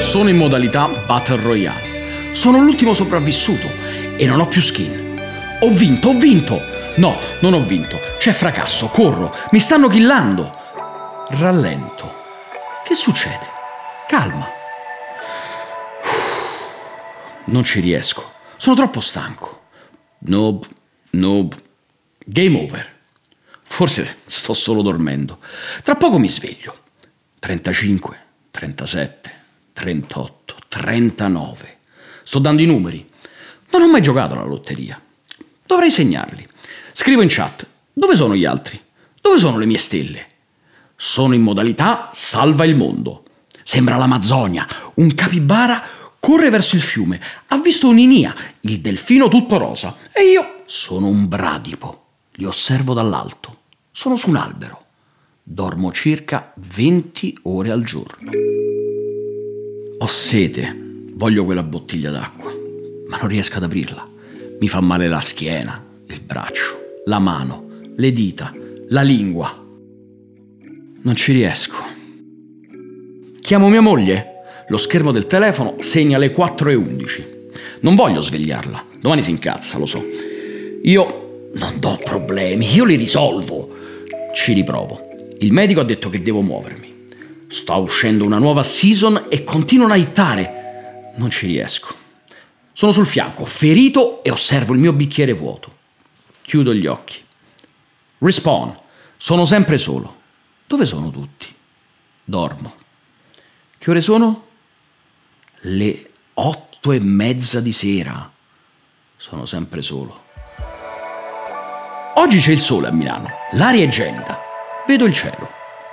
Sono in modalità Battle Royale. Sono l'ultimo sopravvissuto e non ho più skin. Ho vinto! No, non ho vinto. C'è fracasso, corro, mi stanno killando. Rallento. Che succede? Calma. Non ci riesco. Sono troppo stanco. Noob. Game over. Forse sto solo dormendo. Tra poco mi sveglio. 35, 37, 38, 39. Sto dando i numeri. Non ho mai giocato alla lotteria. Dovrei segnarli. Scrivo in chat. Dove sono gli altri? Dove sono le mie stelle? Sono in modalità salva il mondo. Sembra l'Amazzonia. Un capibara corre verso il fiume. Ha visto un'inia, il delfino tutto rosa. E io sono un bradipo. Li osservo dall'alto. Sono su un albero. Dormo circa 20 ore al giorno. Ho sete. Voglio quella bottiglia d'acqua. Ma non riesco ad aprirla. Mi fa male la schiena, il braccio, la mano, le dita, la lingua. Non ci riesco. Chiamo mia moglie. Lo schermo del telefono segna le 4:11. Non voglio svegliarla. Domani si incazza, lo so. Io non do problemi, io li risolvo. Ci riprovo. Il medico ha detto che devo muovermi. Sta uscendo una nuova season e continuano a hittare. Non ci riesco. Sono sul fianco, ferito, e osservo il mio bicchiere vuoto. Chiudo gli occhi. Respawn. Sono sempre solo. Dove sono tutti? Dormo. Che ore sono? Le 8:30 di sera. Sono sempre solo. Oggi c'è il sole a Milano. L'aria è gelida. Vedo il cielo.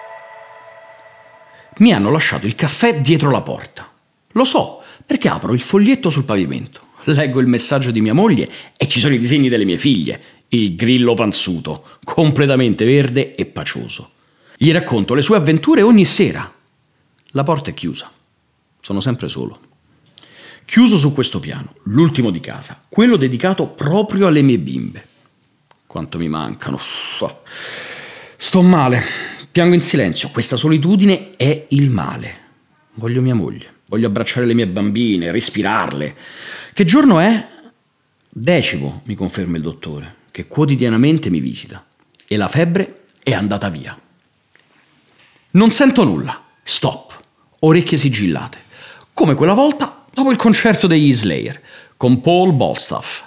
Mi hanno lasciato il caffè dietro la porta. Lo so, perché apro il foglietto sul pavimento. Leggo il messaggio di mia moglie e ci sono i disegni delle mie figlie. Il grillo panzuto, completamente verde e pacioso. Gli racconto le sue avventure ogni sera. La porta è chiusa. Sono sempre solo. Chiuso su questo piano, l'ultimo di casa, quello dedicato proprio alle mie bimbe. Quanto mi mancano. Sto male. Piango in silenzio. Questa solitudine è il male. Voglio mia moglie. Voglio abbracciare le mie bambine, respirarle. Che giorno è? 10, mi conferma il dottore, che quotidianamente mi visita. E la febbre è andata via. Non sento nulla. Stop. Orecchie sigillate. Come quella volta dopo il concerto degli Slayer, con Paul Bostaph.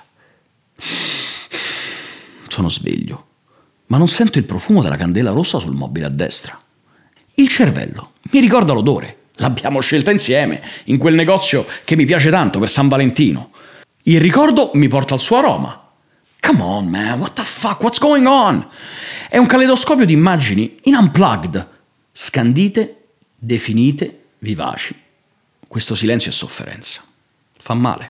Sono sveglio, ma non sento il profumo della candela rossa sul mobile a destra. Il cervello mi ricorda l'odore. L'abbiamo scelta insieme, in quel negozio che mi piace tanto per San Valentino. Il ricordo mi porta al suo aroma. Come on, man, what the fuck, what's going on? È un caleidoscopio di immagini in unplugged, scandite, definite, vivaci. Questo silenzio è sofferenza. Fa male.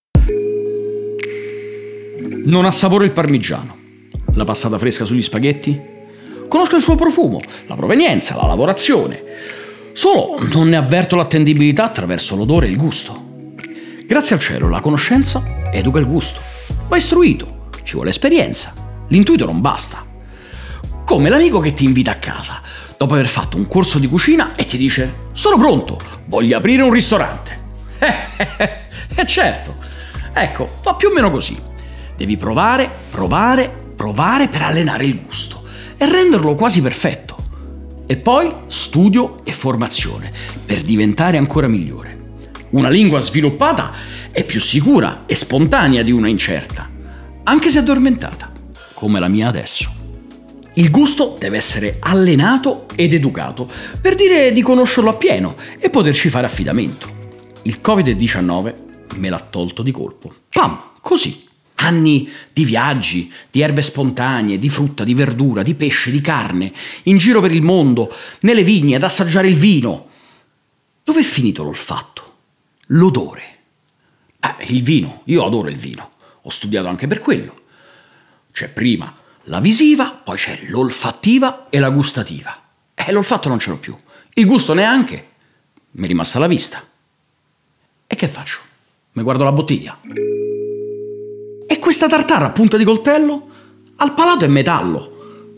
Non assaporo il parmigiano. La passata fresca sugli spaghetti? Conosco il suo profumo, la provenienza, la lavorazione. Solo non ne avverto l'attendibilità attraverso l'odore e il gusto. Grazie al cielo la conoscenza educa il gusto. Va istruito, ci vuole esperienza. L'intuito non basta. Come l'amico che ti invita a casa dopo aver fatto un corso di cucina e ti dice: sono pronto, voglio aprire un ristorante. Certo. Ecco, va più o meno così. Devi provare per allenare il gusto e renderlo quasi perfetto. E poi studio e formazione per diventare ancora migliore. Una lingua sviluppata è più sicura e spontanea di una incerta, anche se addormentata, come la mia adesso. Il gusto deve essere allenato ed educato per dire di conoscerlo appieno e poterci fare affidamento. Il Covid-19 me l'ha tolto di colpo. Pam, così. Anni di viaggi, di erbe spontanee, di frutta, di verdura, di pesce, di carne, in giro per il mondo, nelle vigne, ad assaggiare il vino. Dov'è finito l'olfatto? L'odore. Il vino, io adoro il vino. Ho studiato anche per quello. C'è prima la visiva, poi c'è l'olfattiva e la gustativa. L'olfatto non ce l'ho più. Il gusto neanche. Mi è rimasta la vista. E che faccio? Mi guardo la bottiglia. E questa tartara a punta di coltello? Al palato è metallo.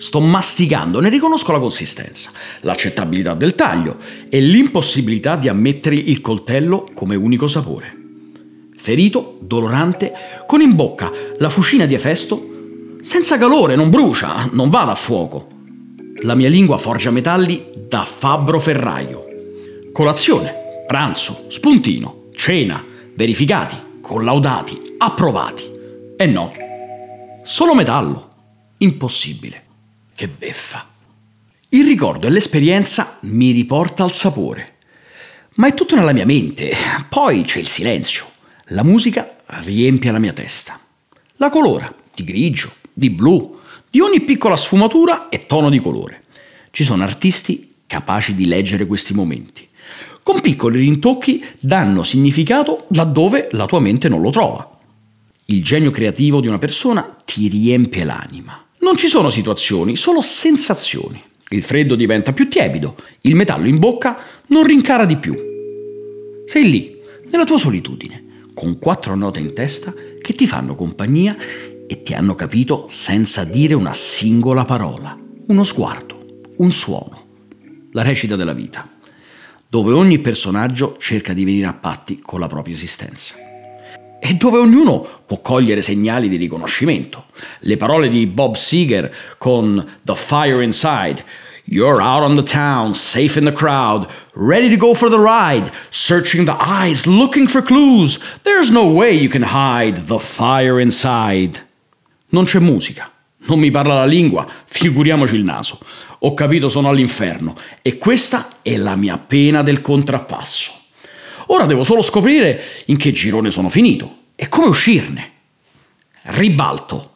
Sto masticando, ne riconosco la consistenza, l'accettabilità del taglio e l'impossibilità di ammettere il coltello come unico sapore. Ferito, dolorante, con in bocca la fucina di Efesto, senza calore, non brucia, non va da fuoco. La mia lingua forgia metalli da fabbro ferraio. Colazione, pranzo, spuntino, cena, verificati, collaudati, approvati. E no, solo metallo. Impossibile. Che beffa. Il ricordo e l'esperienza mi riporta al sapore. Ma è tutto nella mia mente. Poi c'è il silenzio. La musica riempie la mia testa. La colora, di grigio, di blu, di ogni piccola sfumatura e tono di colore. Ci sono artisti capaci di leggere questi momenti. Con piccoli rintocchi danno significato laddove la tua mente non lo trova. Il genio creativo di una persona ti riempie l'anima. Non ci sono situazioni, solo sensazioni. Il freddo diventa più tiepido, il metallo in bocca non rincara di più. Sei lì, nella tua solitudine, con 4 note in testa che ti fanno compagnia e ti hanno capito senza dire una singola parola. Uno sguardo, un suono. La recita della vita, dove ogni personaggio cerca di venire a patti con la propria esistenza. E dove ognuno può cogliere segnali di riconoscimento. Le parole di Bob Seger con The Fire Inside. You're out on the town, safe in the crowd, ready to go for the ride, searching the eyes, looking for clues. There's no way you can hide the fire inside. Non c'è musica, non mi parla la lingua, figuriamoci il naso. Ho capito, sono all'inferno e questa è la mia pena del contrappasso. Ora devo solo scoprire in che girone sono finito e come uscirne. Ribalto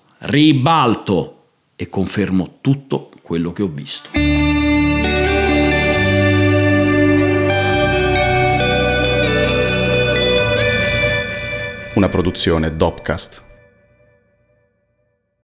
e confermo tutto quello che ho visto. Una produzione Dopcast.